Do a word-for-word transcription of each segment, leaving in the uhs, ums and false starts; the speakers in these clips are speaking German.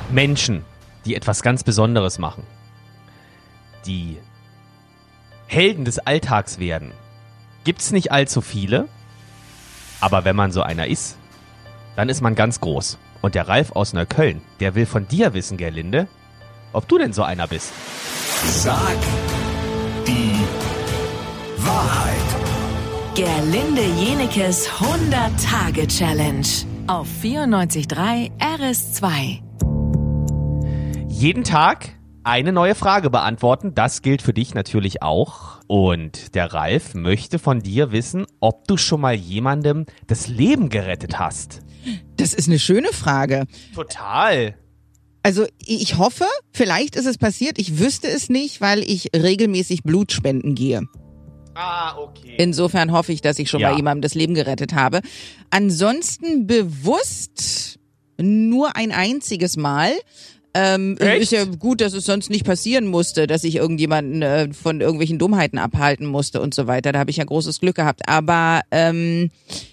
Menschen, die etwas ganz Besonderes machen, die Helden des Alltags werden, gibt's nicht allzu viele, aber wenn man so einer ist, dann ist man ganz groß. Und der Ralf aus Neukölln, der will von dir wissen, Gerlinde, ob du denn so einer bist. Sag die Wahrheit. Gerlinde Jenekes hundert-Tage-Challenge auf vierundneunzig Komma drei R S zwei. Jeden Tag eine neue Frage beantworten, das gilt für dich natürlich auch. Und der Ralf möchte von dir wissen, ob du schon mal jemandem das Leben gerettet hast. Das ist eine schöne Frage. Total. Also ich hoffe, vielleicht ist es passiert, ich wüsste es nicht, weil ich regelmäßig Blut spenden gehe. Ah, okay. Insofern hoffe ich, dass ich schon Ja. mal jemandem das Leben gerettet habe. Ansonsten bewusst nur ein einziges Mal. Ähm, Echt? ist ja gut, dass es sonst nicht passieren musste, dass ich irgendjemanden äh, von irgendwelchen Dummheiten abhalten musste und so weiter. Da habe ich ja großes Glück gehabt. Aber ähm,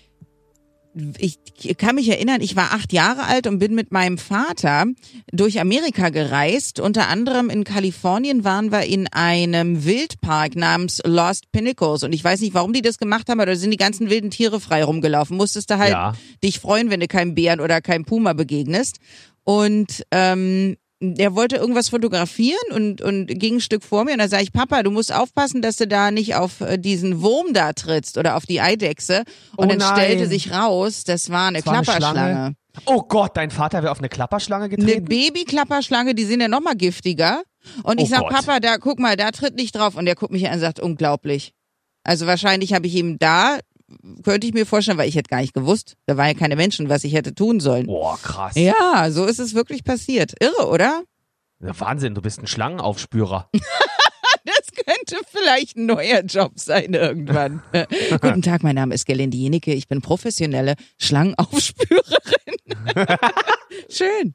ich kann mich erinnern, ich war acht Jahre alt und bin mit meinem Vater durch Amerika gereist. Unter anderem in Kalifornien waren wir in einem Wildpark namens Lost Pinnacles. Und ich weiß nicht, warum die das gemacht haben, aber da sind die ganzen wilden Tiere frei rumgelaufen. Musstest du halt Ja. dich freuen, wenn du keinem Bären oder keinem Puma begegnest. Und ähm, er wollte irgendwas fotografieren und, und ging ein Stück vor mir und da sage ich, Papa, du musst aufpassen, dass du da nicht auf äh, diesen Wurm da trittst oder auf die Eidechse. Und Oh dann nein. stellte sich raus, das war eine Das war eine Klapperschlange. Schlange. Oh Gott, dein Vater wäre auf eine Klapperschlange Eine getreten? Baby-Klapperschlange, die sind ja noch mal giftiger. Und ich Oh sag, Gott. Papa, da guck mal, da tritt nicht drauf. Und der guckt mich an und sagt, unglaublich. Also wahrscheinlich habe ich ihm da, könnte ich mir vorstellen, weil ich hätte gar nicht gewusst, da waren ja keine Menschen, was ich hätte tun sollen. Boah, krass. Ja, so ist es wirklich passiert. Irre, oder? Ja, Wahnsinn, du bist ein Schlangenaufspürer. Das könnte vielleicht ein neuer Job sein irgendwann. Guten Tag, mein Name ist Gerlinde Jeneke. Ich bin professionelle Schlangenaufspürerin. Schön.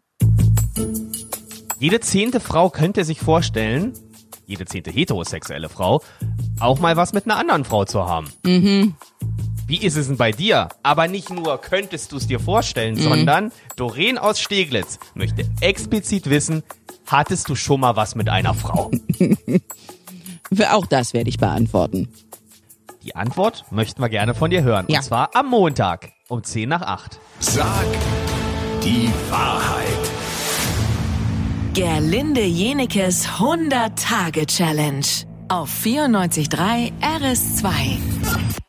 Jede zehnte Frau könnte sich vorstellen, jede zehnte heterosexuelle Frau, auch mal was mit einer anderen Frau zu haben. Mhm. Wie ist es denn bei dir? Aber nicht nur könntest du es dir vorstellen, Mhm. sondern Doreen aus Steglitz möchte explizit wissen, hattest du schon mal was mit einer Frau? Auch das werde ich beantworten. Die Antwort möchten wir gerne von dir hören. Ja. Und zwar am Montag um zehn nach acht. Sag die Wahrheit. Gerlinde Jenekes hundert-Tage-Challenge auf vierundneunzig Komma drei R S zwei.